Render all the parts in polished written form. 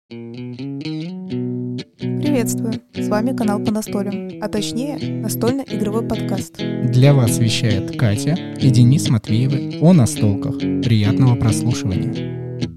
Приветствую! С вами канал по настолям, а точнее настольно-игровой подкаст. Для вас вещает Катя и Денис Матвеевы о настолках. Приятного прослушивания.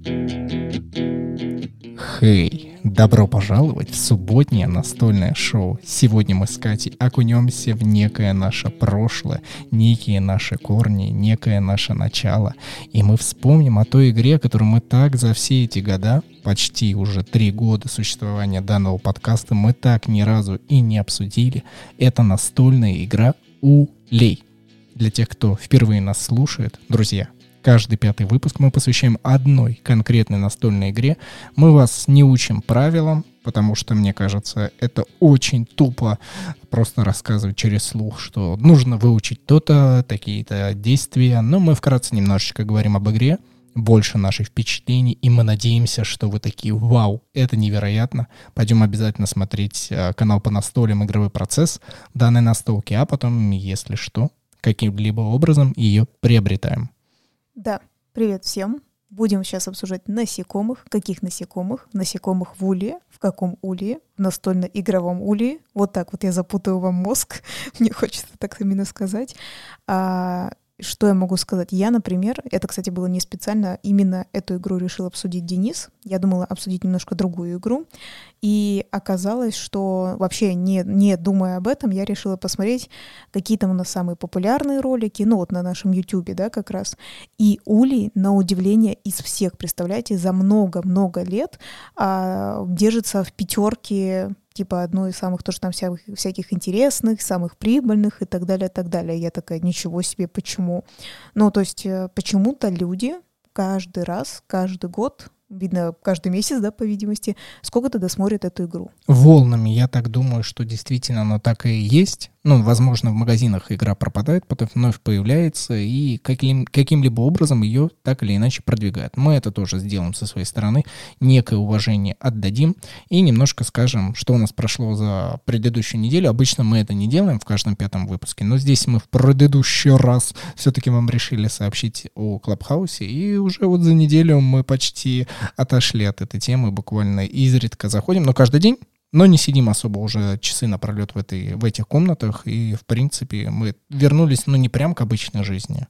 Хей, добро пожаловать в субботнее настольное шоу. Сегодня мы с Катей окунемся в некое наше прошлое, некие наши корни, некое наше начало. И мы вспомним о той игре, которую мы так за все эти года, почти уже 3 года существования данного подкаста, мы так ни разу и не обсудили. Это настольная игра Улей. Для тех, кто впервые нас слушает, друзья, каждый 5-й выпуск мы посвящаем одной конкретной настольной игре. Мы вас не учим правилам, потому что, мне кажется, это очень тупо просто рассказывать через слух, что нужно выучить то-то, такие-то действия. Но мы вкратце немножечко говорим об игре, больше наших впечатлений, и мы надеемся, что вы такие: вау, это невероятно. Пойдем обязательно смотреть канал по настолям «Игровой процесс» данной настолки, а потом, если что, каким-либо образом ее приобретаем. Да, привет всем. Будем сейчас обсуждать насекомых. Каких насекомых? Насекомых в улье. В каком улье? В настольно-игровом улье. Вот так вот я запутаю вам мозг. Мне хочется так именно сказать. Что я могу сказать? Я, например, это, кстати, было не специально, именно эту игру решил обсудить Денис. Я думала обсудить немножко другую игру. И оказалось, что вообще не думая об этом, я решила посмотреть, какие там у нас самые популярные ролики, ну вот на нашем YouTube, да, как раз. И Улей, на удивление, из всех, представляете, за много-много лет держится в 5, типа одной из самых тоже там всяких интересных, самых прибыльных и так далее, так далее. Я такая: ничего себе, почему? Ну, то есть почему-то люди каждый раз, каждый год, видно, каждый месяц, да, по видимости, сколько-то досмотрят эту игру. Волнами, я так думаю, что действительно оно так и есть. Ну, возможно, в магазинах игра пропадает, потом вновь появляется, и каким-либо образом ее так или иначе продвигают. Мы это тоже сделаем со своей стороны, некое уважение отдадим и немножко скажем, что у нас прошло за предыдущую неделю. Обычно мы это не делаем в каждом 5-м выпуске, но здесь мы в предыдущий раз все-таки вам решили сообщить о Клабхаусе, и уже вот за неделю мы почти отошли от этой темы, буквально изредка заходим, но каждый день. Но не сидим особо уже часы напролет в этих комнатах, и, в принципе, мы вернулись, ну, не прям к обычной жизни,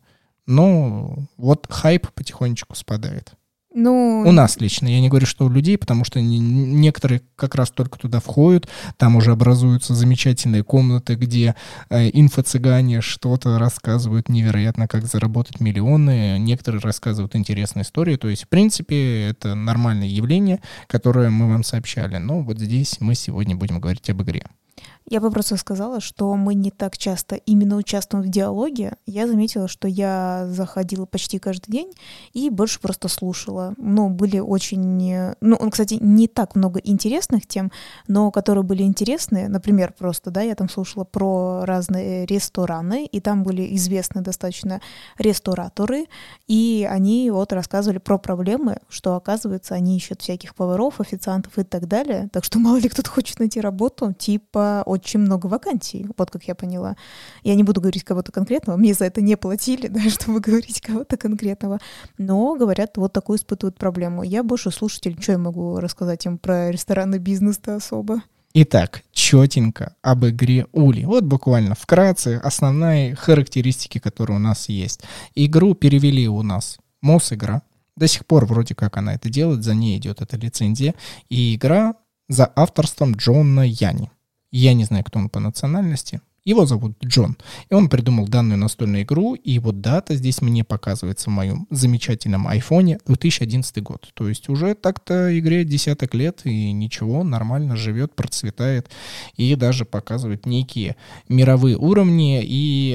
но вот хайп потихонечку спадает. Ну, у нас лично, я не говорю, что у людей, потому что некоторые как раз только туда входят, там уже образуются замечательные комнаты, где инфо-цыгане что-то рассказывают невероятно, как заработать миллионы, некоторые рассказывают интересные истории, то есть, в принципе, это нормальное явление, которое мы вам сообщали, но вот здесь мы сегодня будем говорить об игре. Я бы просто сказала, что мы не так часто именно участвуем в диалоге. Я заметила, что я заходила почти каждый день и больше просто слушала. Ну, были очень... кстати, не так много интересных тем, но которые были интересные. Например, просто, да, я там слушала про разные рестораны, и там были известные достаточно рестораторы, и они вот рассказывали про проблемы, что, оказывается, они ищут всяких поваров, официантов и так далее. Так что мало ли кто-то хочет найти работу, типа очень много вакансий, вот как я поняла. Я не буду говорить кого-то конкретного, мне за это не платили, да, чтобы говорить кого-то конкретного, но, говорят, вот такую испытывают проблему. Я больше слушатель, что я могу рассказать им про ресторанный бизнес-то особо? Итак, четенько об игре Улей. Вот буквально вкратце основные характеристики, которые у нас есть. Игру перевели у нас Мосигра. До сих пор вроде как она это делает, за ней идет эта лицензия. И игра за авторством Джона Яни. Я не знаю, кто он по национальности. Его зовут Джон, и он придумал данную настольную игру, и вот дата здесь мне показывается в моем замечательном айфоне, 2011 год. То есть уже так-то игре десяток лет, и ничего, нормально живет, процветает, и даже показывает некие мировые уровни, и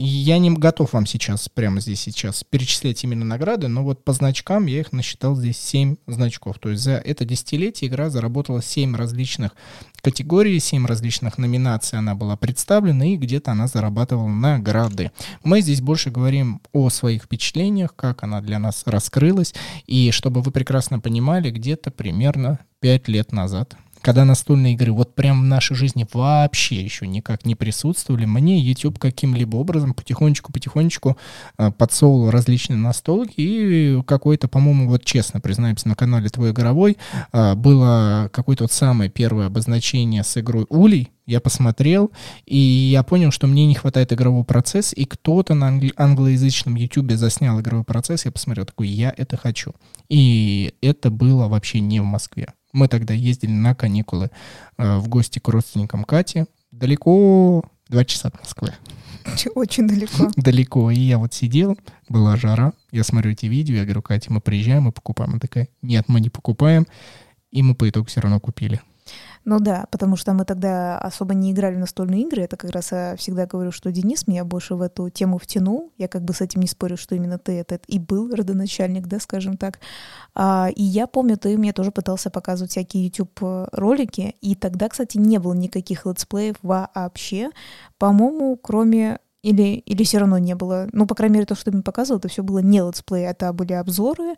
я не готов вам сейчас, прямо здесь сейчас, перечислять именно награды, но вот по значкам я их насчитал здесь 7 значков. То есть за это десятилетие игра заработала 7 различных категорий, 7 различных номинаций она была представлена, и где-то она зарабатывала награды. Мы здесь больше говорим о своих впечатлениях, как она для нас раскрылась, и чтобы вы прекрасно понимали, где-то примерно 5 лет назад когда настольные игры вот прям в нашей жизни вообще еще никак не присутствовали, мне YouTube каким-либо образом потихонечку подсовывал различные настолки, и какой-то, по-моему, вот честно признаемся, на канале «Твой игровой» было какое-то вот самое первое обозначение с игрой «Улей». Я посмотрел, и я понял, что мне не хватает игрового процесса, и кто-то на англоязычном ютубе заснял игровой процесс, я посмотрел, такой, я это хочу. И это было вообще не в Москве. Мы тогда ездили на каникулы в гости к родственникам Кати. Далеко, 2 часа от Москвы. Очень далеко. Далеко. И я вот сидел, была жара, я смотрю эти видео, я говорю, Катя, мы приезжаем, мы покупаем. Она такая, нет, мы не покупаем. И мы по итогу все равно купили. Ну да, потому что мы тогда особо не играли в настольные игры. Это как раз я всегда говорю, что Денис меня больше в эту тему втянул. Я как бы с этим не спорю, что именно ты это и был родоначальник, да, скажем так. И я помню, ты мне тоже пытался показывать всякие YouTube-ролики. И тогда, кстати, не было никаких летсплеев вообще. По-моему, кроме... Или все равно не было. Ну, по крайней мере, то, что ты мне показывал, это все было не летсплей, это были обзоры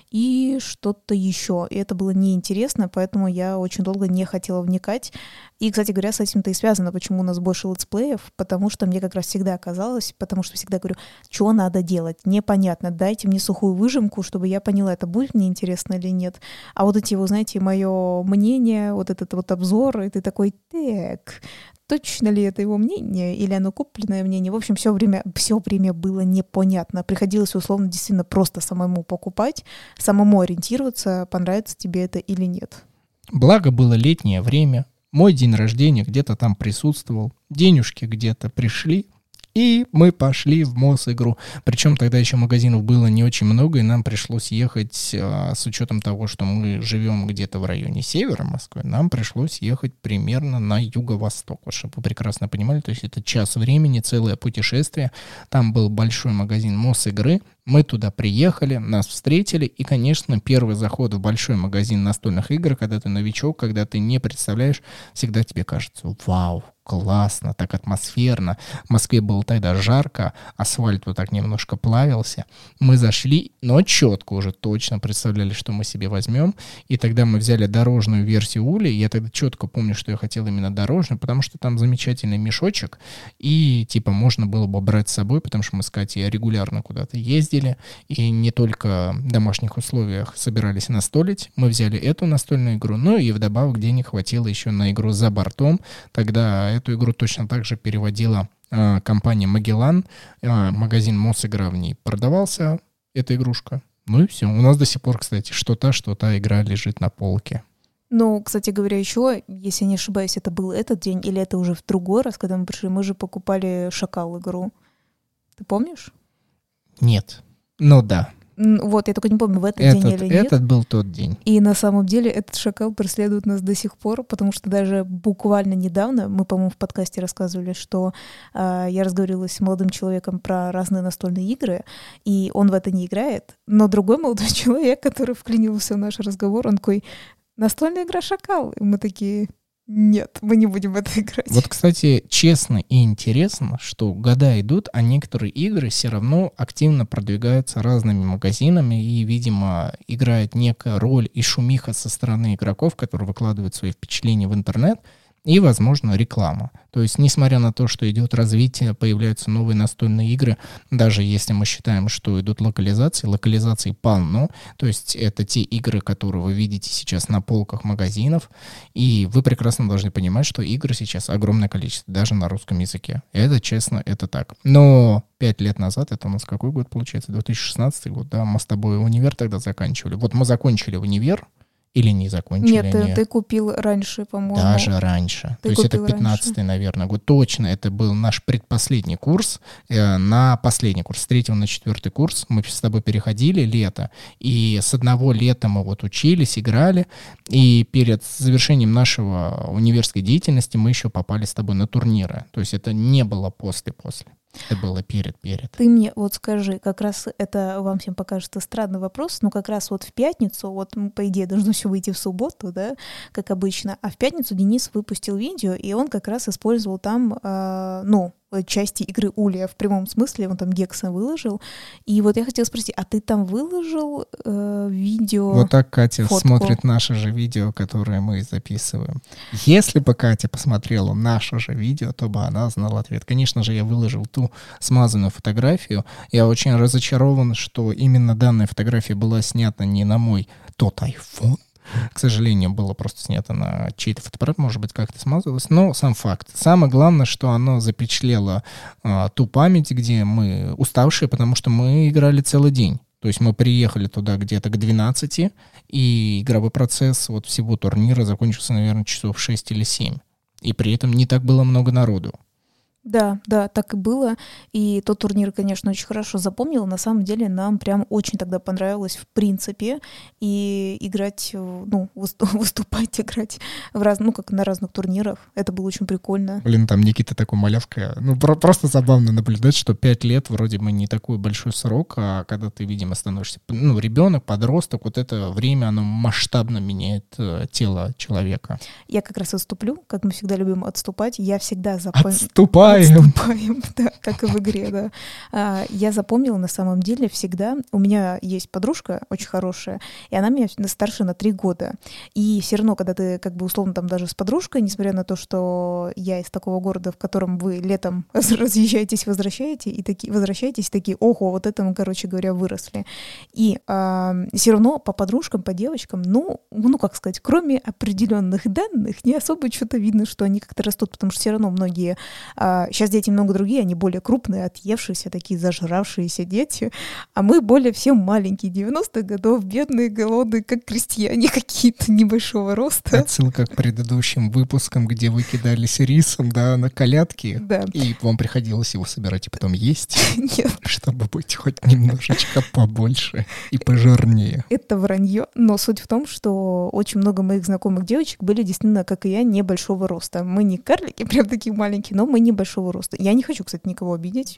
и что-то еще. И это было неинтересно, поэтому я очень долго не хотела вникать. И, кстати говоря, с этим-то и связано, почему у нас больше летсплеев, потому что мне как раз всегда казалось, потому что всегда говорю, что надо делать, непонятно, дайте мне сухую выжимку, чтобы я поняла, это будет мне интересно или нет. А вот эти, вы знаете, мое мнение, вот этот вот обзор, и ты такой, так... Точно ли это его мнение или оно купленное мнение? В общем, все время было непонятно. Приходилось условно действительно просто самому покупать, самому ориентироваться, понравится тебе это или нет. Благо было летнее время, мой день рождения где-то там присутствовал, денежки где-то пришли, и мы пошли в Мосигру. Причем тогда еще магазинов было не очень много, и нам пришлось ехать, с учетом того, что мы живем где-то в районе севера Москвы, нам пришлось ехать примерно на юго-восток. Вот, чтобы вы прекрасно понимали, то есть это час времени, целое путешествие. Там был большой магазин Мосигры. Мы туда приехали, нас встретили, и, конечно, первый заход в большой магазин настольных игр, когда ты новичок, когда ты не представляешь, всегда тебе кажется, вау, классно, так атмосферно. В Москве было тогда жарко, асфальт вот так немножко плавился. Мы зашли, но четко уже точно представляли, что мы себе возьмем, и тогда мы взяли дорожную версию Ули. Я тогда четко помню, что я хотел именно дорожную, потому что там замечательный мешочек, и типа можно было бы брать с собой, потому что мы с Катей регулярно куда-то ездили, и не только в домашних условиях собирались настолить. Мы взяли эту настольную игру, ну и вдобавок денег хватило еще на игру «За бортом». Тогда эту игру точно так же переводила компания «Магеллан». Магазин Мосигра в ней продавался, эта игрушка. Ну и все. У нас до сих пор, кстати, что та игра лежит на полке. Ну, кстати говоря, еще, если не ошибаюсь, это был этот день или это уже в другой раз, когда мы пришли, мы же покупали «Шакал» игру. Ты помнишь? Нет. Ну да. Вот, я только не помню, в этот день или нет. Этот был тот день. И на самом деле этот «Шакал» преследует нас до сих пор, потому что даже буквально недавно, мы, по-моему, в подкасте рассказывали, что я разговаривала с молодым человеком про разные настольные игры, и он в это не играет, но другой молодой человек, который вклинился в наш разговор, он такой, настольная игра «Шакал». И мы такие... Нет, мы не будем в это играть. Вот, кстати, честно и интересно, что года идут, а некоторые игры все равно активно продвигаются разными магазинами и, видимо, играет некая роль и шумиха со стороны игроков, которые выкладывают свои впечатления в интернет, и, возможно, реклама. То есть, несмотря на то, что идет развитие, появляются новые настольные игры, даже если мы считаем, что идут локализации полно, то есть это те игры, которые вы видите сейчас на полках магазинов, и вы прекрасно должны понимать, что игр сейчас огромное количество, даже на русском языке. Это честно, это так. Но 5 лет назад, это у нас какой год получается? 2016 год, да, мы с тобой универ тогда заканчивали. Вот мы закончили универ, или не закончили? Нет, ты купил раньше, по-моему. Даже раньше. То есть это 15-й, наверное, год. Точно, это был наш предпоследний курс. На последний курс, с 3-го на 4-й курс мы с тобой переходили лето. И с одного лета мы вот учились, играли. И перед завершением нашего универской деятельности мы еще попали с тобой на турниры. То есть это не было после. Это было перед. Ты мне вот скажи, как раз это вам всем покажется странный вопрос, но как раз вот в пятницу, вот по идее должно все выйти в субботу, да, как обычно, а в пятницу Денис выпустил видео, и он как раз использовал там, части игры Улья в прямом смысле, он там гексом выложил. И вот я хотела спросить, а ты там выложил видео? Вот так Катя фотку? смотрит наше же видео, которое мы записываем. Если бы Катя посмотрела наше же видео, то бы она знала ответ. Конечно же, я выложил ту смазанную фотографию. Я очень разочарован, что именно данная фотография была снята не на мой тот iPhone. К сожалению, было просто снято на чей-то фотоаппарат, может быть, как-то смазалось, но сам факт. Самое главное, что оно запечатлело ту память, где мы уставшие, потому что мы играли целый день. То есть мы приехали туда где-то к 12, и игровой процесс вот всего турнира закончился, наверное, часов 6 или 7. И при этом не так было много народу. Да, так и было. И тот турнир, конечно, очень хорошо запомнил. На самом деле нам прям очень тогда понравилось в принципе. И играть, выступать, играть как на разных турнирах. Это было очень прикольно. Блин, там Никита такой малявка. Просто забавно наблюдать, что 5 лет вроде бы не такой большой срок, а когда ты, видимо, становишься, ребенок, подросток, вот это время, оно масштабно меняет тело человека. Я как раз отступлю, как мы всегда любим отступать. Я всегда Отступаем, да, как и в игре, да. Я запомнила на самом деле всегда. У меня есть подружка очень хорошая, и она меня старше на 3 года. И все равно, когда ты как бы условно там даже с подружкой, несмотря на то, что я из такого города, в котором вы летом разъезжаетесь, возвращаетесь, такие, ого, вот это мы, короче говоря, выросли. И все равно по подружкам, по девочкам, как сказать, кроме определенных данных, не особо что-то видно, что они как-то растут, потому что все равно многие сейчас дети много другие, они более крупные, отъевшиеся, такие зажравшиеся дети, а мы более все маленькие, 90-х годов, бедные, голодные, как крестьяне какие-то небольшого роста. Отсылка к предыдущим выпускам, где вы кидались рисом, да, на колядки, да. И вам приходилось его собирать и потом есть, Нет. Чтобы быть хоть немножечко побольше и пожирнее. Это вранье, но суть в том, что очень много моих знакомых девочек были действительно, как и я, небольшого роста. Мы не карлики, прям такие маленькие, но мы небольшого роста. Я не хочу, кстати, никого обидеть.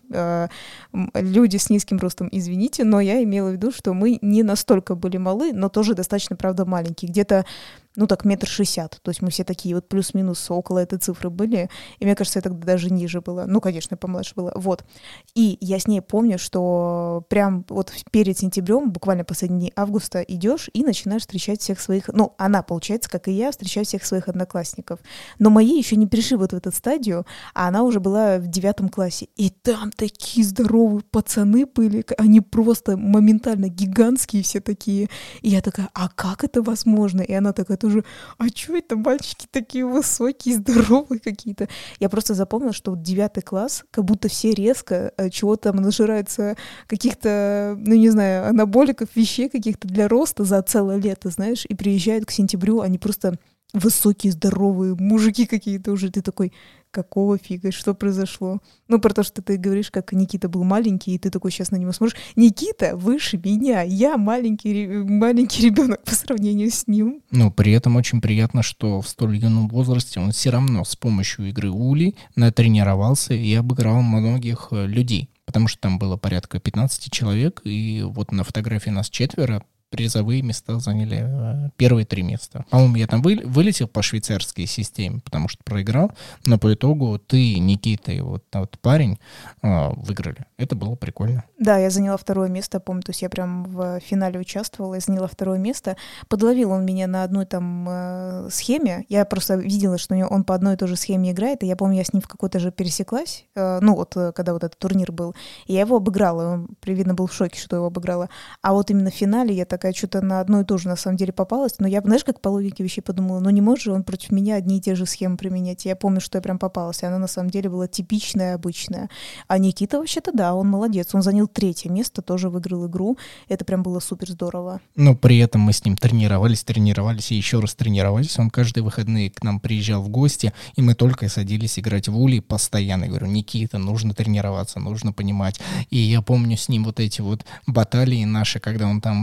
Люди с низким ростом, извините, но я имела в виду, что мы не настолько были малы, но тоже достаточно, правда, маленькие. Где-то 1,60 метра. То есть мы все такие вот плюс-минус около этой цифры были. И мне кажется, я тогда даже ниже была. Конечно, я помладше была. Вот. И я с ней помню, что прям вот перед сентябрем, буквально последние дни августа, идешь и начинаешь встречать всех своих... она, получается, как и я, встречает всех своих одноклассников. Но мои еще не пришли вот в эту стадию, а она уже была в 9 классе. И там такие здоровые пацаны были. Они просто моментально гигантские все такие. И я такая, а как это возможно? И она такая тоже, а что это мальчики такие высокие, здоровые какие-то? Я просто запомнила, что вот 9 класс, как будто все резко чего-то там нажираются, каких-то, анаболиков, вещей каких-то для роста за целое лето, знаешь, и приезжают к сентябрю, они просто высокие, здоровые мужики какие-то уже. Ты такой, какого фига, что произошло? Про то, что ты говоришь, как Никита был маленький, и ты такой сейчас на него смотришь. Никита выше меня, я маленький ребенок по сравнению с ним. При этом очень приятно, что в столь юном возрасте он все равно с помощью игры Ули натренировался и обыграл многих людей. Потому что там было порядка 15 человек, и вот на фотографии нас 4, призовые места заняли первые 3 места. По-моему, я там вылетел по швейцарской системе, потому что проиграл, но по итогу ты, Никита и вот тот парень выиграли. Это было прикольно. Да, я заняла 2 место, помню, то есть я прям в финале участвовала, я заняла 2 место. Подловил он меня на одной там схеме, я просто видела, что он по одной и той же схеме играет, и я помню, я с ним в какой-то же пересеклась, когда вот этот турнир был, и я его обыграла, он, видно, был в шоке, что я его обыграла. А вот именно в финале я такая что-то на одну и ту же на самом деле попалась, но я, знаешь, как по логике вещей подумала, не может же он против меня одни и те же схемы применять. Я помню, что я прям попалась, и она на самом деле была типичная, обычная. А Никита вообще-то, да, он молодец, он занял 3 место, тоже выиграл игру, это прям было супер здорово. Но при этом мы с ним тренировались и еще раз тренировались, он каждые выходные к нам приезжал в гости, и мы только садились играть в Ули постоянно. Я говорю, Никита, нужно тренироваться, нужно понимать. И я помню с ним вот эти вот баталии наши, когда он там не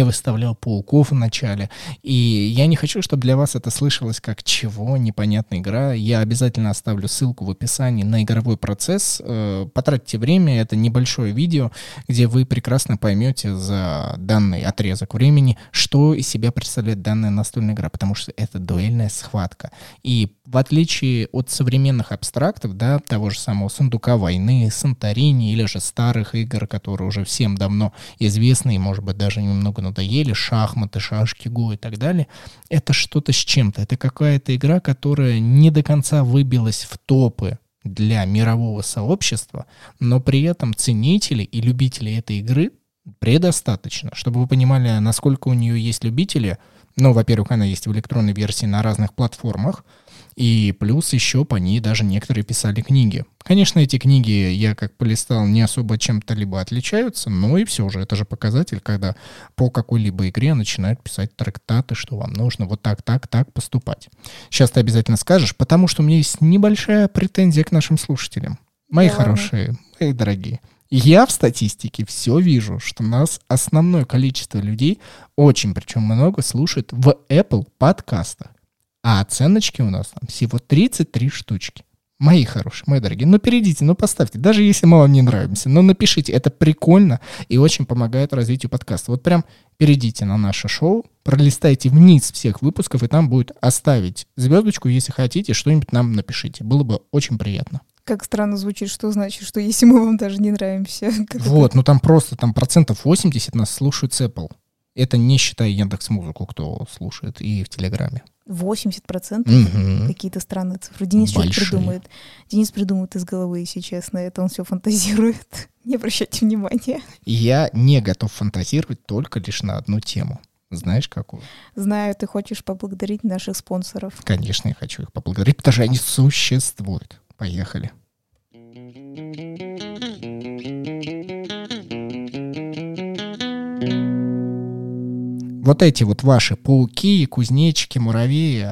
не выставлял пауков в начале. И я не хочу, чтобы для вас это слышалось как чего, непонятная игра. Я обязательно оставлю ссылку в описании на игровой процесс. Потратьте время, это небольшое видео, где вы прекрасно поймете за данный отрезок времени, что из себя представляет данная настольная игра, потому что это дуэльная схватка. И в отличие от современных абстрактов, да, того же самого «Сундука войны», «Санторини» или же старых игр, которые уже всем давно известны и, может быть, даже немного надоели, шахматы, шашки, го и так далее, это что-то с чем-то. Это какая-то игра, которая не до конца выбилась в топы для мирового сообщества, но при этом ценителей и любителей этой игры предостаточно. Чтобы вы понимали, насколько у нее есть любители, ну, во-первых, она есть в электронной версии на разных платформах, и плюс еще по ней даже некоторые писали книги. Конечно, эти книги, я как полистал, не особо чем-то либо отличаются, но и все же, это же показатель, когда по какой-либо игре начинают писать трактаты, что вам нужно вот так поступать. Сейчас ты обязательно скажешь, потому что у меня есть небольшая претензия к нашим слушателям. Мои хорошие, мои дорогие. Я в статистике все вижу, что нас основное количество людей, очень причем много, слушает в Apple подкастах. А оценочки у нас там всего 33 штучки. Мои хорошие, мои дорогие, ну перейдите, ну поставьте, даже если мы вам не нравимся, но напишите, это прикольно и очень помогает развитию подкаста. Вот прям перейдите на наше шоу, пролистайте вниз всех выпусков, и там будет оставить звездочку, если хотите, что-нибудь нам напишите. Было бы очень приятно. Как странно звучит, что значит, что если мы вам даже не нравимся. Вот, ну там просто там 80% нас слушают с Apple. Это не считая Яндекс.Музыку, кто слушает, и в Телеграме. 80%? Какие-то странные цифры. Денис что-то придумает. Денис придумает из головы, если честно. Это он все фантазирует. Не обращайте внимания. Я не готов фантазировать только лишь на одну тему. Знаешь, какую? Знаю, ты хочешь поблагодарить наших спонсоров. Конечно, я хочу их поблагодарить, потому что они существуют. Поехали. Вот эти вот ваши пауки, кузнечики, муравьи.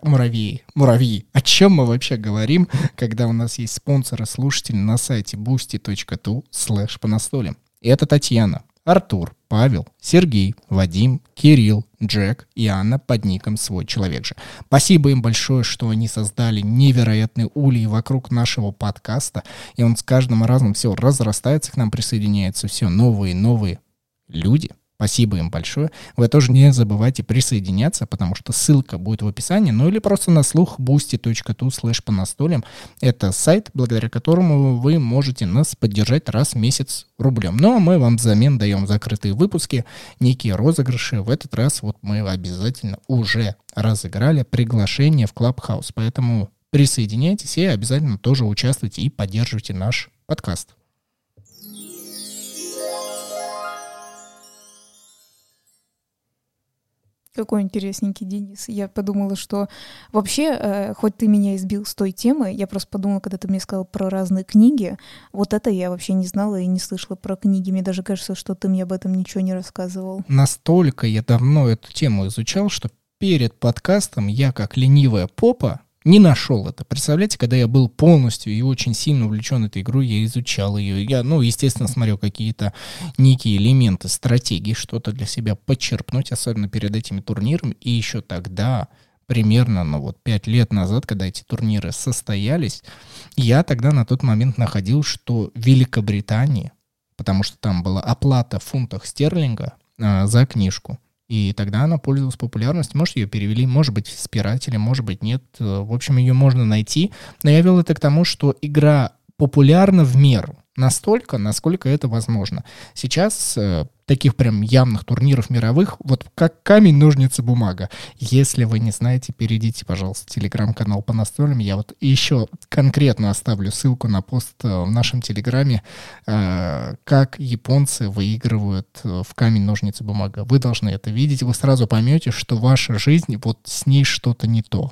О чем мы вообще говорим, когда у нас есть спонсоры-слушатели на сайте boosty.tu/понастолям. И это Татьяна, Артур, Павел, Сергей, Вадим, Кирилл, Джек и Анна под ником «Свой человек же». Спасибо им большое, что они создали невероятный улей вокруг нашего подкаста, и он с каждым разом все разрастается, к нам присоединяются все новые и новые люди. Спасибо им большое. Вы тоже не забывайте присоединяться, потому что ссылка будет в описании, ну или просто на слух boosty.tu/понастолям. Это сайт, благодаря которому вы можете нас поддержать раз в месяц рублем. Ну а мы вам взамен даем закрытые выпуски, некие розыгрыши. В этот раз вот мы обязательно уже разыграли приглашение в Clubhouse, поэтому присоединяйтесь и обязательно тоже участвуйте и поддерживайте наш подкаст. Какой интересненький Денис. Я подумала, что вообще, хоть ты меня избил с той темы, я просто подумала, когда ты мне сказал про разные книги, вот это я вообще не знала и не слышала про книги. Мне даже кажется, что ты мне об этом ничего не рассказывал. Настолько я давно эту тему изучал, что перед подкастом я, как ленивая попа, не нашел это. Представляете, когда я был полностью и очень сильно увлечен этой игрой, я изучал ее. Я, естественно, смотрел какие-то некие элементы стратегии, что-то для себя подчерпнуть, особенно перед этими турнирами. И еще тогда, примерно 5 лет назад, когда эти турниры состоялись, я тогда на тот момент находил, что в Великобритании, потому что там была оплата в фунтах стерлинга за книжку, и тогда она пользовалась популярностью. Может, ее перевели, может быть, с пиратели, может быть, нет. В общем, ее можно найти. Но я вел это к тому, что игра популярна в меру. Настолько, насколько это возможно. Сейчас таких прям явных турниров мировых, вот как камень, ножницы, бумага. Если вы не знаете, перейдите, пожалуйста, в телеграм-канал по настолям. Я вот еще конкретно оставлю ссылку на пост в нашем телеграме, как японцы выигрывают в камень, ножницы, бумага. Вы должны это видеть, вы сразу поймете, что ваша жизнь, вот с ней что-то не то.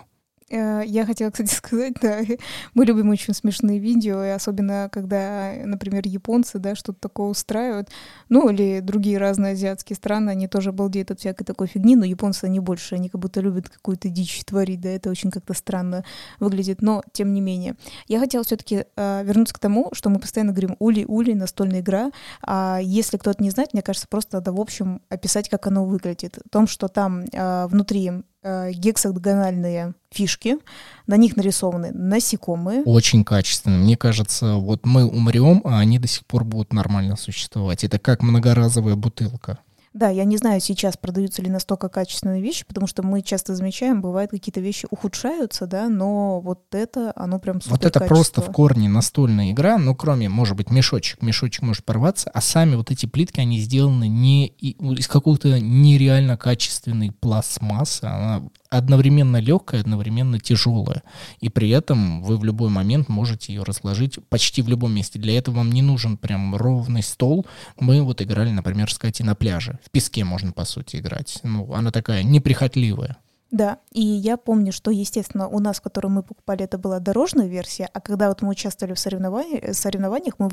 Я хотела, кстати, сказать, да, мы любим очень смешные видео, и особенно, когда, например, японцы, да, что-то такое устраивают, ну, или другие разные азиатские страны, они тоже обалдеют от всякой такой фигни, но японцы, они больше, они как будто любят какую-то дичь творить, да, это очень как-то странно выглядит, но тем не менее. Я хотела все-таки вернуться к тому, что мы постоянно говорим «Ули», настольная игра, а если кто-то не знает, мне кажется, просто надо, в общем, описать, как оно выглядит. В том, что там внутри гексагональные фишки, на них нарисованы насекомые. Очень качественно. Мне кажется, вот мы умрем, а они до сих пор будут нормально существовать. Это как многоразовая бутылка. Да, я не знаю, сейчас продаются ли настолько качественные вещи, потому что мы часто замечаем, бывает, какие-то вещи ухудшаются, да, но вот это, оно прям супер. Вот это просто в корне настольная игра, но кроме, может быть, мешочек может порваться, а сами вот эти плитки, они сделаны не из какой-то нереально качественной пластмассы, она одновременно легкая, одновременно тяжелая, и при этом вы в любой момент можете ее разложить почти в любом месте. Для этого вам не нужен прям ровный стол. Мы вот играли, например, с Катей на пляже. В песке можно, по сути, играть. Ну, она такая неприхотливая. Да, и я помню, что, естественно, у нас, которую мы покупали, это была дорожная версия, а когда вот мы участвовали в соревнованиях, мы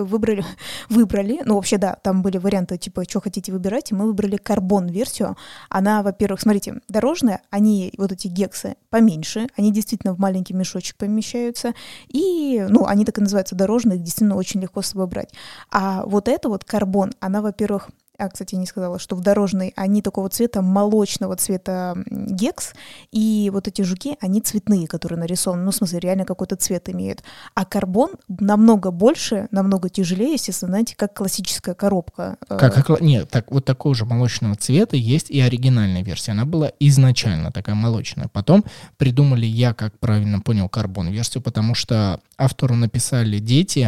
выбрали, ну, вообще, да, там были варианты, типа, что хотите выбирать, и мы выбрали карбон-версию. Она, во-первых, смотрите, дорожная, они, вот эти гексы, поменьше, они действительно в маленький мешочек помещаются, и, ну, они так и называются дорожные, их действительно очень легко с собой брать. А вот это вот карбон, она, во-первых, кстати, я не сказала, что в дорожной они такого цвета, молочного цвета гекс, и вот эти жуки, они цветные, которые нарисованы, ну, в смысле, реально какой-то цвет имеют. А карбон намного больше, намного тяжелее, естественно, знаете, как классическая коробка. Нет, вот такого же молочного цвета есть и оригинальная версия. Она была изначально такая молочная. Потом придумали, я как правильно понял, карбон-версию, потому что автору написали дети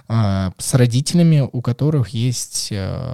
с родителями, у которых есть...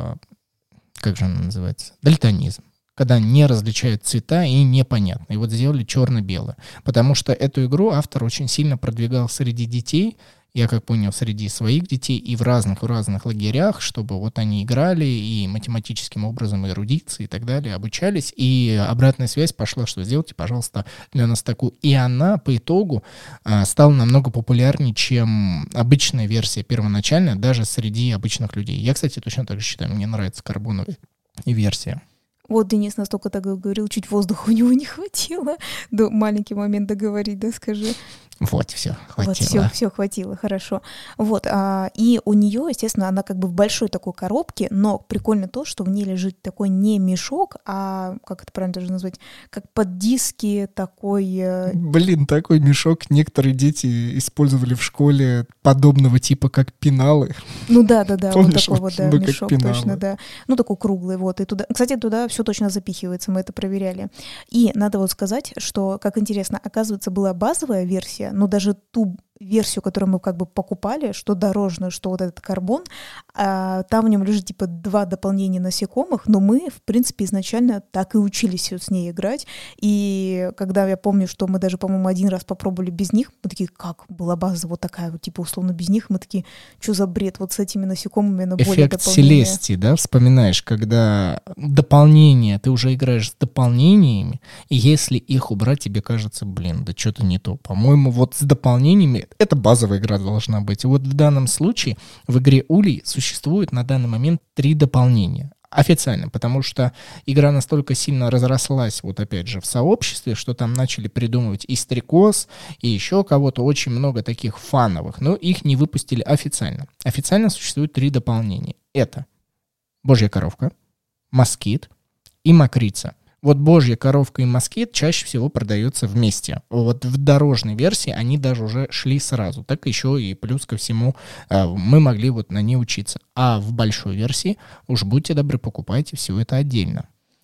как же она называется? Дальтонизм. Когда не различают цвета и непонятно. И вот сделали черно-белое. Потому что эту игру автор очень сильно продвигал среди детей, я как понял, среди своих детей и в разных лагерях, чтобы вот они играли и математическим образом эрудиции и так далее, обучались. И обратная связь пошла, что сделайте, пожалуйста, для нас такую. И она по итогу стала намного популярнее, чем обычная версия первоначальная, даже среди обычных людей. Я, кстати, точно так же считаю, мне нравится карбоновая версия. Вот Денис настолько так говорил, чуть воздуха у него не хватило. Маленький момент договорить, да, скажи. Вот, все, хватило. Вот, все хватило, хорошо. Вот, и у нее, естественно, она как бы в большой такой коробке, но прикольно то, что в ней лежит такой не мешок, а, как это правильно даже назвать, как под диски такой... Блин, такой мешок некоторые дети использовали в школе подобного типа, как пеналы. Ну да, помнишь, вот такой вот, да, мешок, пеналы. Точно, да. Ну, такой круглый, вот, и туда... Кстати, туда все точно запихивается, мы это проверяли. И надо вот сказать, что, как интересно, оказывается, была базовая версия, но даже ту версию, которую мы как бы покупали, что дорожную, что вот этот карбон, там в нем лежит типа 2 дополнения насекомых, но мы, в принципе, изначально так и учились с ней играть. И когда я помню, что мы даже, по-моему, один раз попробовали без них, мы такие, как была база вот такая вот, типа условно без них, мы такие, что за бред, вот с этими насекомыми на более эффект Селестии, да, вспоминаешь, когда дополнение, ты уже играешь с дополнениями, и если их убрать, тебе кажется, блин, да что-то не то. По-моему, вот с дополнениями это базовая игра должна быть. И вот в данном случае в игре Улей существует на данный момент 3 дополнения. Официально, потому что игра настолько сильно разрослась, вот опять же, в сообществе, что там начали придумывать и Стрекоз, и еще кого-то, очень много таких фановых, но их не выпустили официально. Официально существует 3 дополнения. Это Божья коровка, Москит и Мокрица. Вот Божья коровка и Москит чаще всего продаются вместе. Вот в дорожной версии они даже уже шли сразу. Так еще и плюс ко всему мы могли вот на ней учиться. А в большой версии уж будьте добры, покупайте все это отдельно.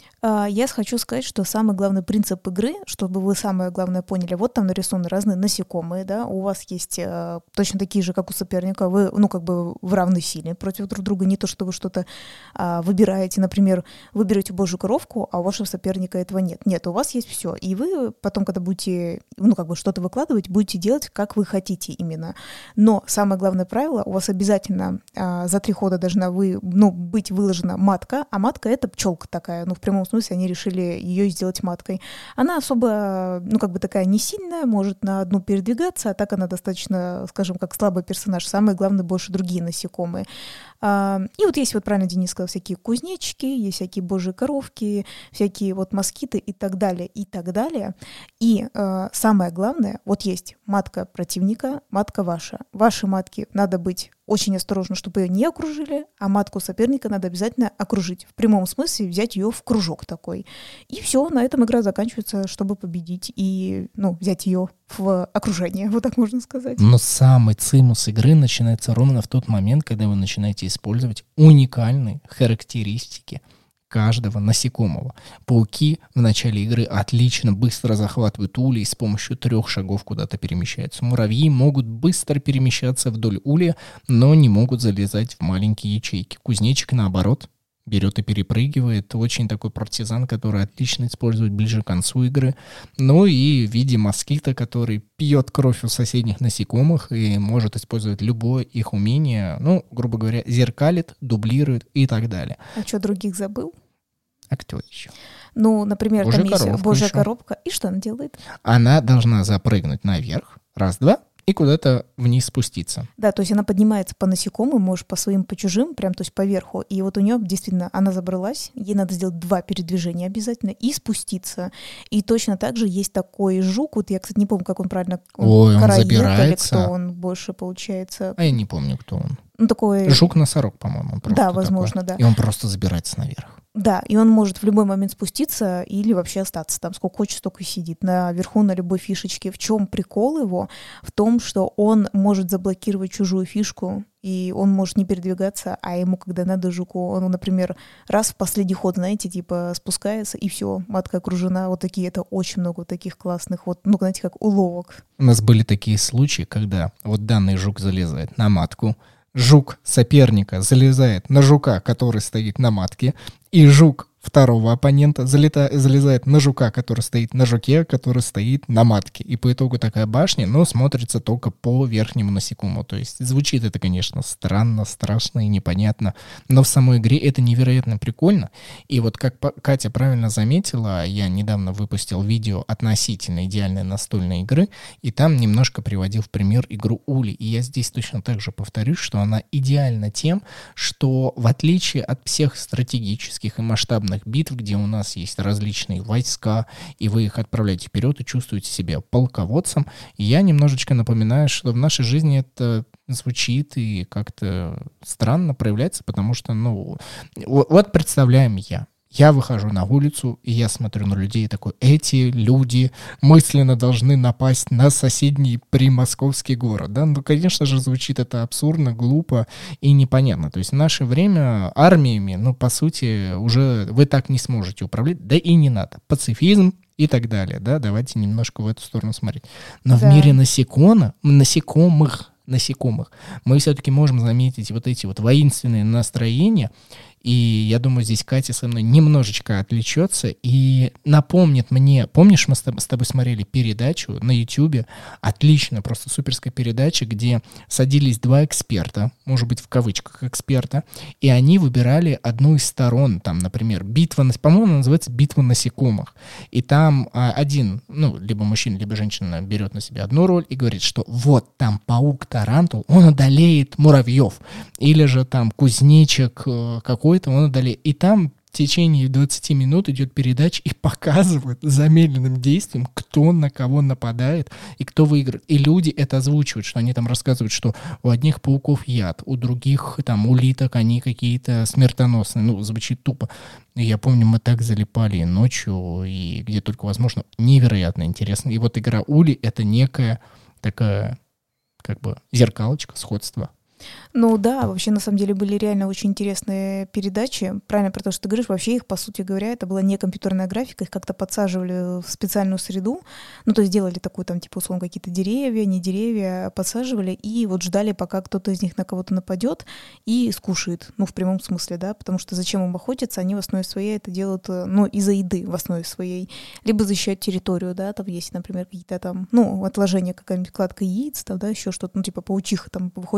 Я хочу сказать, что самый главный принцип игры, чтобы вы самое главное поняли, вот там нарисованы разные насекомые, да, у вас есть точно такие же, как у соперника, вы, ну, как бы в равной силе против друг друга, не то, что вы что-то выбираете, например, вы берете Божью коровку, а у вашего соперника этого нет. Нет, у вас есть все, и вы потом, когда будете, ну, как бы что-то выкладывать, будете делать, как вы хотите именно. Но самое главное правило, у вас обязательно за 3 хода должна быть выложена матка, а матка — это пчелка такая, ну, в прямом смысле смысле они решили ее сделать маткой. Она особо, такая не сильная, может на одну передвигаться, а так она достаточно, скажем, как слабый персонаж. Самое главное, больше другие насекомые. И вот есть, вот правильно Денис сказал, всякие кузнечики, есть всякие божьи коровки, всякие вот москиты и так далее, и так далее. И самое главное, вот есть матка противника, матка ваша. Ваши матки надо быть очень осторожно, чтобы ее не окружили, а матку соперника надо обязательно окружить. В прямом смысле взять ее в кружок такой. И все, на этом игра заканчивается, чтобы победить и, взять ее в окружение, вот так можно сказать. Но самый цимус игры начинается ровно в тот момент, когда вы начинаете использовать уникальные характеристики каждого насекомого. Пауки в начале игры отлично быстро захватывают улей и с помощью 3 шагов куда-то перемещаются. Муравьи могут быстро перемещаться вдоль улья, но не могут залезать в маленькие ячейки. Кузнечик, наоборот, берет и перепрыгивает. Очень такой партизан, который отлично использует ближе к концу игры. Ну и в виде москита, который пьет кровь у соседних насекомых и может использовать любое их умение. Грубо говоря, зеркалит, дублирует и так далее. А что, других забыл? А кто еще? Например, Божья там есть божья еще. коробка. И что она делает? Она должна запрыгнуть наверх. Раз, два. И куда-то вниз спуститься. Да, то есть она поднимается по насекомым, может, по своим, по чужим, прям, то есть по верху. И вот у нее действительно, она забралась, ей надо сделать 2 передвижения обязательно и спуститься. И точно так же есть такой жук, вот я, кстати, не помню, как он правильно, он караед, забирается. Или кто он больше получается. А я не помню, кто он. Такой... Жук-носорог, по-моему. Да, возможно, такой. да. И он просто забирается наверх. Да, и он может в любой момент спуститься или вообще остаться там, сколько хочет, столько и сидит, наверху, на любой фишечке. В чем прикол его? В том, что он может заблокировать чужую фишку, и он может не передвигаться, а ему, когда надо жуку, он, например, раз в последний ход, знаете, типа спускается, и все, матка окружена. Вот такие, это очень много таких классных, вот, знаете, как уловок. У нас были такие случаи, когда вот данный жук залезает на матку, жук соперника залезает на жука, который стоит на матке, и жук второго оппонента залезает на жука, который стоит на жуке, который стоит на матке. И по итогу такая башня, смотрится только по верхнему насекомому. То есть звучит это, конечно, странно, страшно и непонятно, но в самой игре это невероятно прикольно. И вот как Катя правильно заметила, я недавно выпустил видео относительно идеальной настольной игры, и там немножко приводил в пример игру Ули. И я здесь точно так же повторюсь, что она идеальна тем, что в отличие от всех стратегических и масштабных битв, где у нас есть различные войска, и вы их отправляете вперед и чувствуете себя полководцем, я немножечко напоминаю, что в нашей жизни это звучит и как-то странно проявляется, потому что, вот представляем я выхожу на улицу, и я смотрю на людей и такой, эти люди мысленно должны напасть на соседний примосковский город. Да? Конечно же, звучит это абсурдно, глупо и непонятно. То есть в наше время армиями, по сути, уже вы так не сможете управлять, да и не надо. Пацифизм и так далее, да, давайте немножко в эту сторону смотреть. Но в мире насекомых, мы все-таки можем заметить вот эти вот воинственные настроения. И я думаю, здесь Катя со мной немножечко отвлечется и напомнит мне, помнишь, мы с тобой смотрели передачу на YouTube, отличная, просто суперская передача, где садились 2 эксперта, может быть, в кавычках эксперта, и они выбирали одну из сторон, там, например, по-моему, называется «Битва насекомых». И там один, либо мужчина, либо женщина берет на себя одну роль и говорит, что вот там паук-тарантул, он одолеет муравьев, или же там кузнечик какой-то, он одолеет. И там в течение 20 минут идет передача и показывают замедленным действием, кто на кого нападает и кто выиграет. И люди это озвучивают, что они там рассказывают, что у одних пауков яд, у других там улиток они какие-то смертоносные. Звучит тупо. И я помню, мы так залипали ночью, и где только возможно. Невероятно интересно. И вот игра Ули — это некая такая как бы зеркалочка, сходство. Да, вообще на самом деле были реально очень интересные передачи. Правильно про то, что ты говоришь, вообще их, по сути говоря, это была не компьютерная графика, их как-то подсаживали в специальную среду, то есть делали такую там, типа, условно, какие-то деревья, не деревья, подсаживали и вот ждали, пока кто-то из них на кого-то нападет и скушает, в прямом смысле, да, потому что зачем им охотиться, они в основе своей это делают, из-за еды в основе своей, либо защищают территорию, да, там есть, например, какие-то там, отложения, какая-нибудь кладка яиц, там, да, еще что-то, типа паучиха там выходит, защищает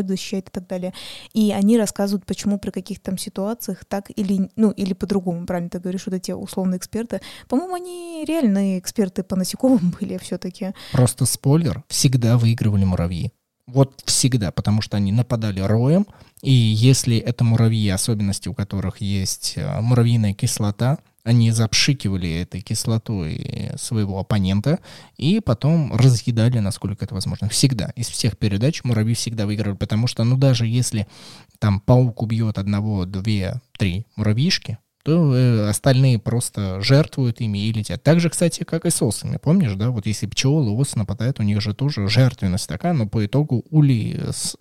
и так далее. И они рассказывают, почему при каких-то там ситуациях так или, ну, или по-другому, правильно ты говоришь, вот эти условные эксперты. По-моему, они реальные эксперты по насекомым были все-таки. Просто спойлер, всегда выигрывали муравьи. Вот всегда, потому что они нападали роем, и если это муравьи, особенности у которых есть муравьиная кислота, они запшикивали этой кислотой своего оппонента и потом разъедали, насколько это возможно. Всегда. Из всех передач муравьи всегда выигрывали, потому что, ну, даже если там паук убьет 1, 2, 3 муравьишки, то остальные просто жертвуют ими и летят. Так же, кстати, как и с осами. Помнишь, да? Вот если пчелы, осы нападают, у них же тоже жертвенность такая, но по итогу улей,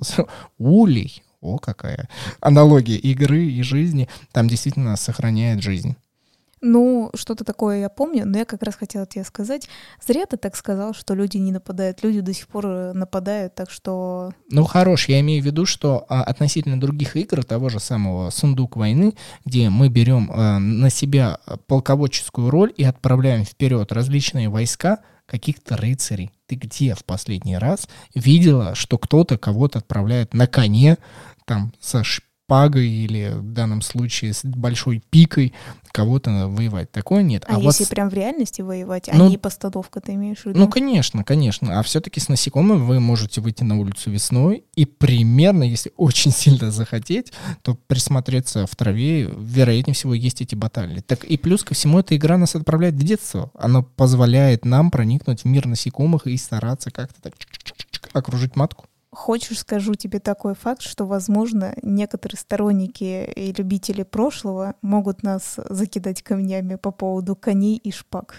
о, какая аналогия игры и жизни, там действительно сохраняет жизнь. Ну, что-то такое я помню, но я как раз хотела тебе сказать, зря ты так сказал, что люди не нападают, люди до сих пор нападают, так что... Ну, хорош, я имею в виду, что относительно других игр, того же самого «Сундук войны», где мы берем на себя полководческую роль и отправляем вперед различные войска, каких-то рыцарей. Ты где в последний раз видела, что кто-то кого-то отправляет на коне, там, со шпагой или в данном случае с большой пикой кого-то воевать? Такое нет. А если вот прям в реальности воевать, а не постановка, ты имеешь в виду? Ну, конечно, конечно. А все-таки с насекомыми вы можете выйти на улицу весной и примерно, если очень сильно захотеть, то присмотреться в траве, вероятнее всего, есть эти баталии. Так и плюс ко всему, эта игра нас отправляет в детство. Она позволяет нам проникнуть в мир насекомых и стараться как-то так окружить матку. Хочешь, скажу тебе такой факт, что, возможно, некоторые сторонники и любители прошлого могут нас закидать камнями по поводу коней и шпаг.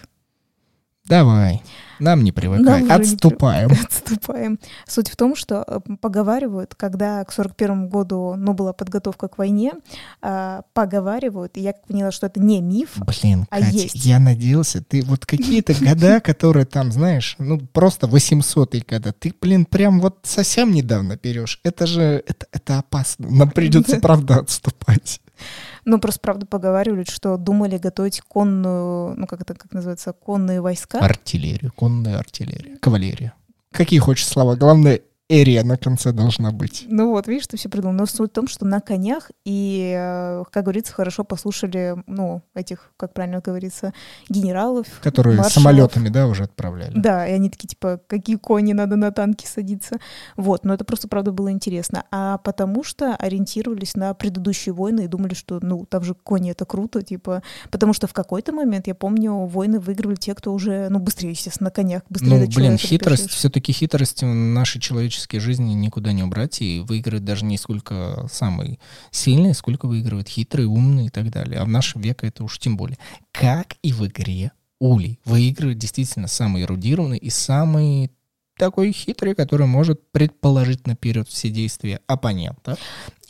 Давай, нам не привыкай, отступаем. Отступаем. Суть в том, что поговаривают, когда к 41 году, была подготовка к войне, поговаривают, и я поняла, что это не миф, Блин, а Катя, есть. Я надеялся, ты вот какие-то года, которые там, знаешь, просто 800-е года, ты, прям вот совсем недавно берешь. Это же, это опасно, нам придется, правда, отступать. Просто, правда, поговаривали, что думали готовить конную, как называется, конные войска. Артиллерию, конная артиллерия, кавалерия. Какие хочешь слова, главное, эрия на конце должна быть. Видишь, ты все придумал. Но суть в том, что на конях и, как говорится, хорошо послушали, этих, как правильно говорится, генералов, которые маршалов. Самолетами, да, уже отправляли. Да, и они такие, какие кони, надо на танки садиться. Но это просто, правда, было интересно. А потому что ориентировались на предыдущие войны и думали, что, там же кони — это круто, потому что в какой-то момент, я помню, войны выигрывали те, кто уже, быстрее, естественно, на конях, быстрее до человека хитрость, добежишь. все-таки хитрость нашей человеческой жизни никуда не убрать, и выигрывает даже не сколько самый сильный, сколько выигрывает хитрый, умный и так далее. А в наш век это уж тем более. Как и в игре Улей выигрывает действительно самый эрудированный и самый такой хитрый, который может предположить наперед все действия оппонента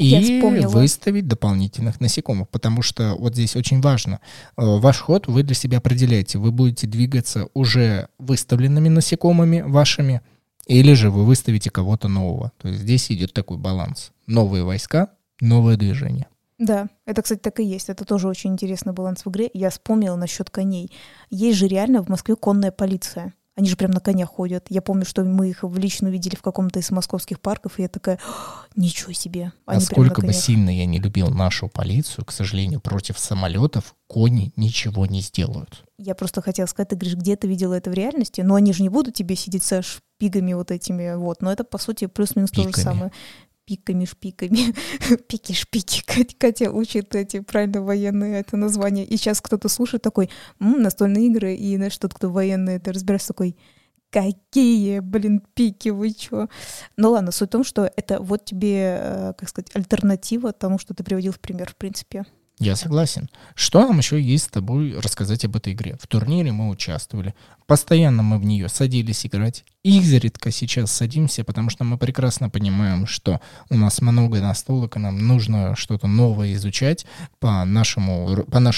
и выставить дополнительных насекомых. Потому что вот здесь очень важно. Ваш ход вы для себя определяете. Вы будете двигаться уже выставленными насекомыми вашими, или же вы выставите кого-то нового. То есть здесь идет такой баланс. Новые войска, новое движение. Да, это, кстати, так и есть. Это тоже очень интересный баланс в игре. Я вспомнила насчет коней. Есть же реально в Москве конная полиция. Они же прям на конях ходят. Я помню, что мы их лично видели в каком-то из московских парков, и я такая, ничего себе. Они сколько бы сильно я не любил нашу полицию, к сожалению, против самолетов кони ничего не сделают. Я просто хотела сказать, ты говоришь, где ты видела это в реальности? Но они же не будут тебе сидеть со шпигами вот этими, но это, по сути, плюс-минус то же самое. Пиками, шпиками, пики-шпики. Катя учит эти правильно военные это названия. И сейчас кто-то слушает такой, настольные игры, и знаешь, тот, кто военный, ты разбираешься, такой, какие, пики, вы чё? Ладно, суть в том, что это вот тебе, альтернатива тому, что ты приводил в пример, в принципе. Я согласен. Что нам еще есть с тобой рассказать об этой игре? В турнире мы участвовали. Постоянно мы в нее садились играть. Изредка сейчас садимся, потому что мы прекрасно понимаем, что у нас много настолок, и нам нужно что-то новое изучать по нашему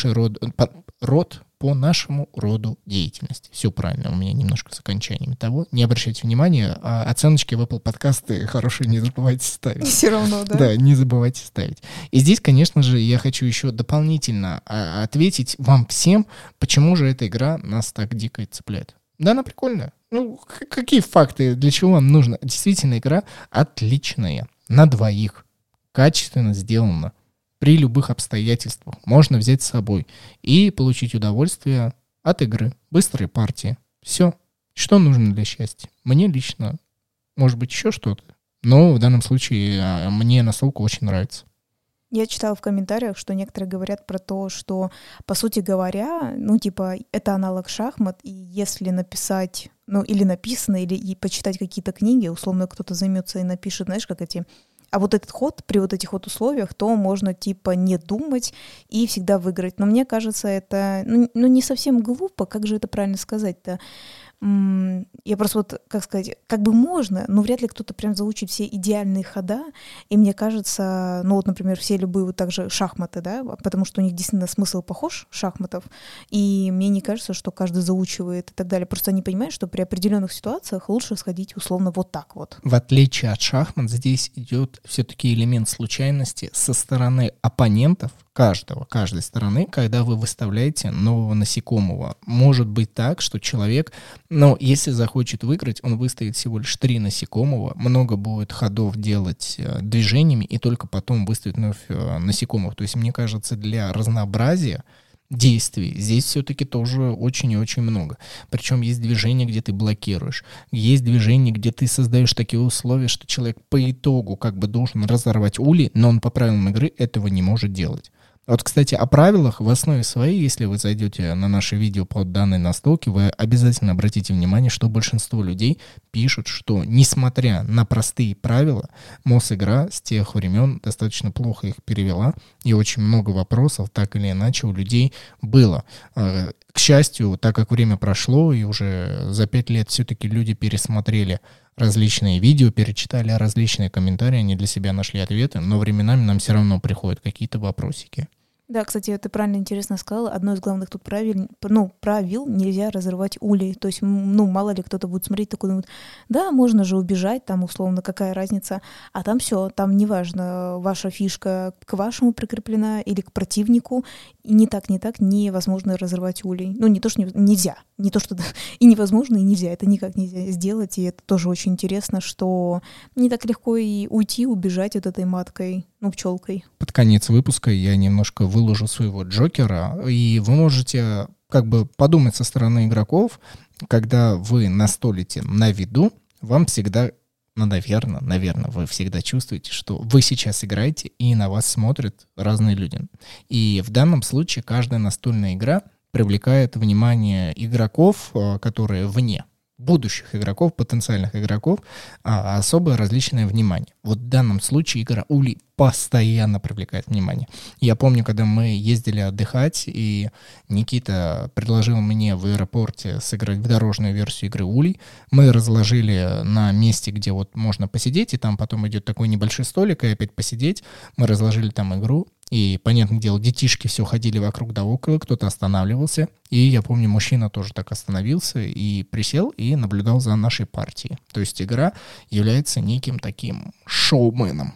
роду деятельности. Все правильно, у меня немножко с окончаниями того. Не обращайте внимания, оценочки в Apple подкасты хорошие не забывайте ставить. Все равно, да? Да, не забывайте ставить. И здесь, конечно же, я хочу еще дополнительно ответить вам всем, почему же эта игра нас так дико цепляет. Да, она прикольная. Какие факты, для чего вам нужно? Действительно, игра отличная. на двоих, качественно сделано, при любых обстоятельствах, можно взять с собой и получить удовольствие от игры, быстрые партии. Все, что нужно для счастья. Мне лично, может быть, еще что-то, но в данном случае мне настолка очень нравится. Я читала в комментариях, что некоторые говорят про то, что, по сути говоря, ну, типа, это аналог шахмат, и если написать, ну, или написано, или и почитать какие-то книги, условно, кто-то займется и напишет, знаешь, как эти... А вот этот ход при вот этих вот условиях, то можно, типа, не думать и всегда выиграть. Но мне кажется, это, ну не совсем глупо, как же это правильно сказать-то? Я просто вот, как сказать, как бы можно, но вряд ли кто-то прям заучит все идеальные хода, и мне кажется, ну вот, например, все любые вот также шахматы, да, потому что у них действительно смысл похож шахматов, и мне не кажется, что каждый заучивает и так далее, просто они понимают, что при определенных ситуациях лучше сходить условно вот так вот. В отличие от шахмат, здесь идет все-таки элемент случайности со стороны оппонентов, каждой стороны, когда вы выставляете нового насекомого. Может быть так, что человек, если захочет выиграть, он выставит всего лишь 3 насекомого, много будет ходов делать движениями, и только потом выставит вновь насекомых. То есть, мне кажется, для разнообразия действий здесь все-таки тоже очень и очень много. Причем есть движения, где ты блокируешь, есть движения, где ты создаешь такие условия, что человек по итогу как бы должен разорвать улей, но он по правилам игры этого не может делать. Вот, кстати, о правилах в основе своей, если вы зайдете на наше видео по данной настолке, вы обязательно обратите внимание, что большинство людей пишут, что, несмотря на простые правила, Мосигра с тех времен достаточно плохо их перевела, и очень много вопросов, так или иначе, у людей было. К счастью, так как время прошло, и уже за 5 лет все-таки люди пересмотрели различные видео, перечитали различные комментарии, они для себя нашли ответы, но временами нам все равно приходят какие-то вопросики. Да, кстати, ты правильно, интересно сказала. Одно из главных тут правил нельзя разрывать улей. То есть, мало ли кто-то будет смотреть, такой думает, да, можно же убежать, там условно, какая разница. А там все, там неважно, ваша фишка к вашему прикреплена или к противнику. И не так невозможно разрывать улей. Ну, не то, что нельзя. Не то, что и невозможно, и нельзя. Это никак нельзя сделать. И это тоже очень интересно, что не так легко и уйти, убежать от этой маткой, пчелкой. Под конец выпуска я немножко выложу своего Джокера, и вы можете как бы подумать со стороны игроков, когда вы настолите на виду, вам всегда, наверное, вы всегда чувствуете, что вы сейчас играете, и на вас смотрят разные люди. И в данном случае каждая настольная игра привлекает внимание игроков, которые вне, будущих игроков, потенциальных игроков, особое различное внимание. Вот в данном случае игра Улей постоянно привлекает внимание. Я помню, когда мы ездили отдыхать, и Никита предложил мне в аэропорте сыграть в дорожную версию игры Улей. Мы разложили на месте, где вот можно посидеть, и там потом идет такой небольшой столик, и опять посидеть. Мы разложили там игру, и, понятное дело, детишки все ходили вокруг да около, кто-то останавливался. И я помню, мужчина тоже так остановился и присел и наблюдал за нашей партией. То есть игра является неким таким шоуменом.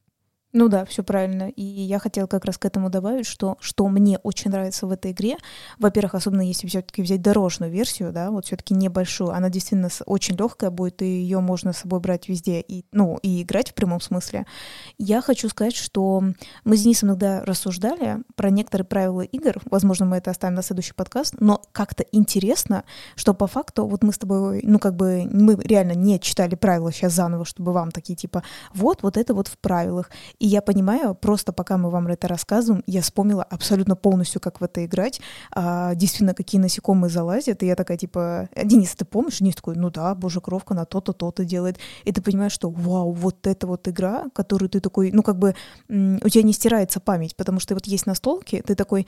Ну да, все правильно. И я хотела как раз к этому добавить, что мне очень нравится в этой игре. Во-первых, особенно если все-таки взять дорожную версию, да, вот все-таки небольшую, она действительно очень легкая будет, и ее можно с собой брать везде, и играть в прямом смысле. Я хочу сказать, что мы с Денисом иногда рассуждали про некоторые правила игр, возможно, мы это оставим на следующий подкаст, но как-то интересно, что по факту вот мы с тобой, мы реально не читали правила сейчас заново, чтобы вам такие типа вот это вот в правилах. И я понимаю, просто пока мы вам это рассказываем, я вспомнила абсолютно полностью, как в это играть, действительно, какие насекомые залазят, и я такая, типа, Денис, ты помнишь? Денис такой, да, боже, кровка на то-то, то-то делает. И ты понимаешь, что, вау, вот это вот игра, которую ты такой, у тебя не стирается память, потому что вот есть настолки, ты такой,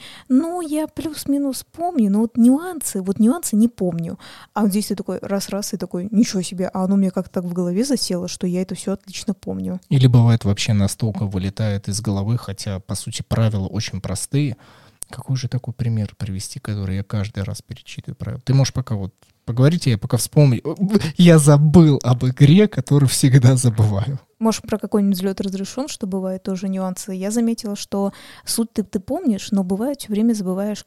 я плюс-минус помню, но вот нюансы не помню. А вот здесь ты такой, раз-раз, и такой, ничего себе, а оно мне как-то так в голове засело, что я это все отлично помню. Или бывает вообще настолка вылетает из головы, хотя, по сути, правила очень простые. Какой же такой пример привести, который я каждый раз перечитываю правила? Ты можешь пока вот поговорить, я пока вспомню. Я забыл об игре, которую всегда забываю. Может, про какой-нибудь взлет разрешен, что бывают тоже нюансы. Я заметила, что суть ты помнишь, но бывает все время забываешь,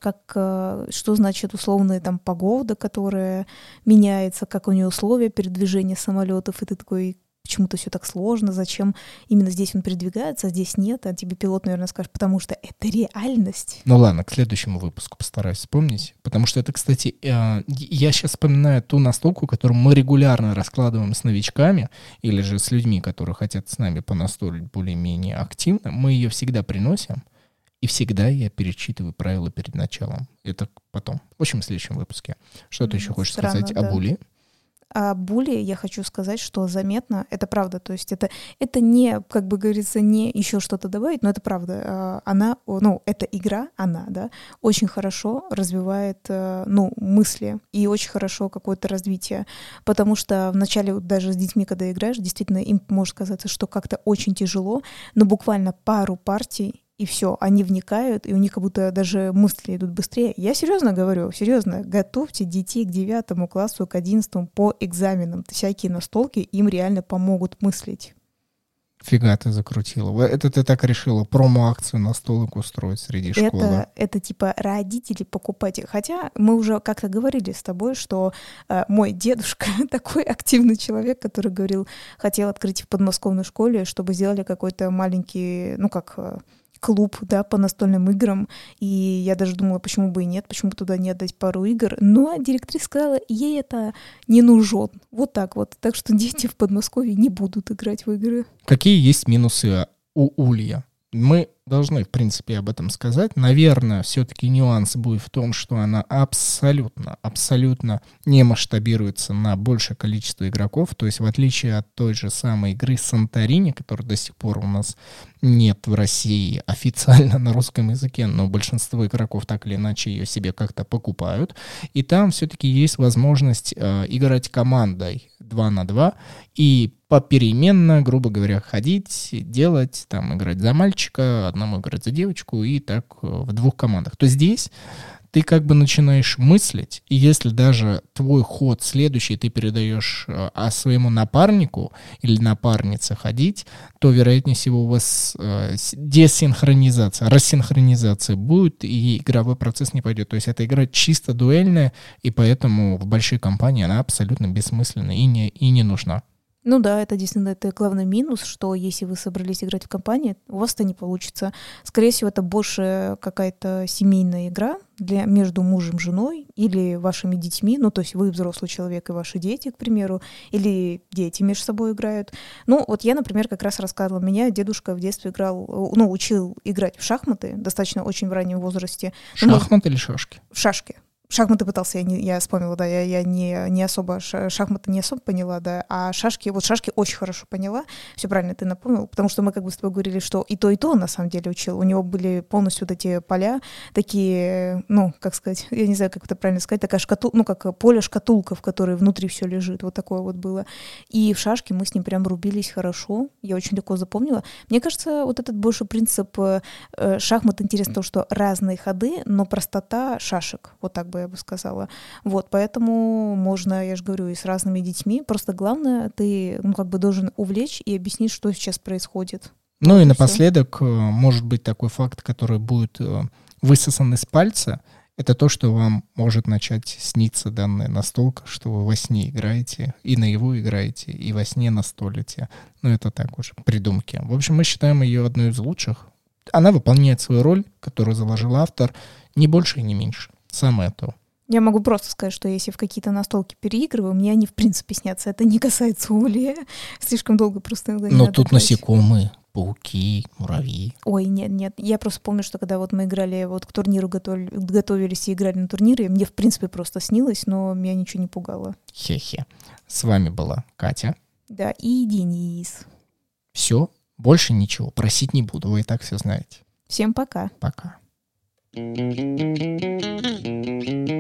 что значит условная там погода, которая меняется, как у нее условия передвижения самолетов, и ты такой, почему-то все так сложно, зачем именно здесь он передвигается, а здесь нет, а тебе пилот, наверное, скажет, потому что это реальность. Ну ладно, к следующему выпуску постараюсь вспомнить, потому что это, кстати, я сейчас вспоминаю ту настолку, которую мы регулярно раскладываем с новичками или же с людьми, которые хотят с нами понастолить более-менее активно. Мы ее всегда приносим, и всегда я перечитываю правила перед началом. Это потом. В общем, в следующем выпуске. Что ты еще хочешь сказать об Улии? А Були я хочу сказать, что заметно, это правда, то есть это не, как бы говорится, не еще что-то добавить, но это правда. Она, эта игра, да, очень хорошо развивает, мысли и очень хорошо какое-то развитие, потому что вначале даже с детьми, когда играешь, действительно им может казаться, что как-то очень тяжело, но буквально пару партий, и все, они вникают, и у них как будто даже мысли идут быстрее. Я серьезно говорю, готовьте детей к 9 классу, к 11 по экзаменам. Всякие настолки им реально помогут мыслить. Фига ты закрутила. Это ты так решила промо-акцию настолок устроить среди школы? Это типа родители покупайте. Хотя мы уже как-то говорили с тобой, что мой дедушка такой активный человек, который хотел открыть в подмосковной школе, чтобы сделали какой-то маленький, клуб, да, по настольным играм, и я даже думала, почему бы и нет, почему бы туда не отдать пару игр, но директриса сказала, ей это не нужен. Вот так вот. Так что дети в Подмосковье не будут играть в игры. Какие есть минусы у Улья? Мы должны, в принципе, об этом сказать. Наверное, все-таки нюанс будет в том, что она абсолютно не масштабируется на большее количество игроков. То есть, в отличие от той же самой игры Санторини, которой до сих пор у нас нет в России официально на русском языке, но большинство игроков так или иначе ее себе как-то покупают. И там все-таки есть возможность играть командой 2 на 2 и попеременно, грубо говоря, ходить, делать, там, играть за мальчика, одному играть за девочку и так в 2 командах. То здесь ты как бы начинаешь мыслить, и если даже твой ход следующий ты передаешь своему напарнику или напарнице ходить, то, вероятнее всего, у вас рассинхронизация будет, и игровой процесс не пойдет. То есть эта игра чисто дуэльная, и поэтому в большой компании она абсолютно бессмысленна и не нужна. Ну да, это действительно это главный минус, что если вы собрались играть в компании, у вас это не получится. Скорее всего, это больше какая-то семейная игра между мужем, женой или вашими детьми. Ну, то есть вы взрослый человек и ваши дети, к примеру, или дети между собой играют. Ну, вот я, например, как раз рассказывала, меня дедушка в детстве учил играть в шахматы, достаточно очень в раннем возрасте. Шахматы или шашки? В шашки. Шахматы пытался, я вспомнила, да, я не особо, шахматы не особо поняла, да, а шашки очень хорошо поняла, все правильно ты напомнил, потому что мы как бы с тобой говорили, что и то он на самом деле учил, у него были полностью вот эти поля, такие, как сказать, я не знаю, как это правильно сказать, такая как поле-шкатулка, в которой внутри все лежит, вот такое вот было, и в шашки мы с ним прям рубились хорошо, я очень легко запомнила. Мне кажется, вот этот больше принцип шахмат интересно то, что разные ходы, но простота шашек, вот так бы я бы сказала. Вот, поэтому можно, я же говорю, и с разными детьми. Просто главное, ты должен увлечь и объяснить, что сейчас происходит. Ну и напоследок, может быть такой факт, который будет высосан из пальца, это то, что вам может начать сниться данная настолка, что вы во сне играете, и наяву играете, и во сне настолите. Ну это так уже, придумки. В общем, мы считаем ее одной из лучших. Она выполняет свою роль, которую заложил автор, не больше и не меньше. Самое то. Я могу просто сказать, что если в какие-то настолки переигрываю, мне они в принципе снятся. Это не касается Улья. Слишком долго просто иногда не Но надо тут играть. Насекомые, пауки, муравьи. Ой, нет. Я просто помню, что когда вот мы играли, вот к турниру готовились и играли на турнире, мне в принципе просто снилось, но меня ничего не пугало. Хе-хе. С вами была Катя. Да, и Денис. Все, больше ничего просить не буду, вы и так все знаете. Всем пока. Пока.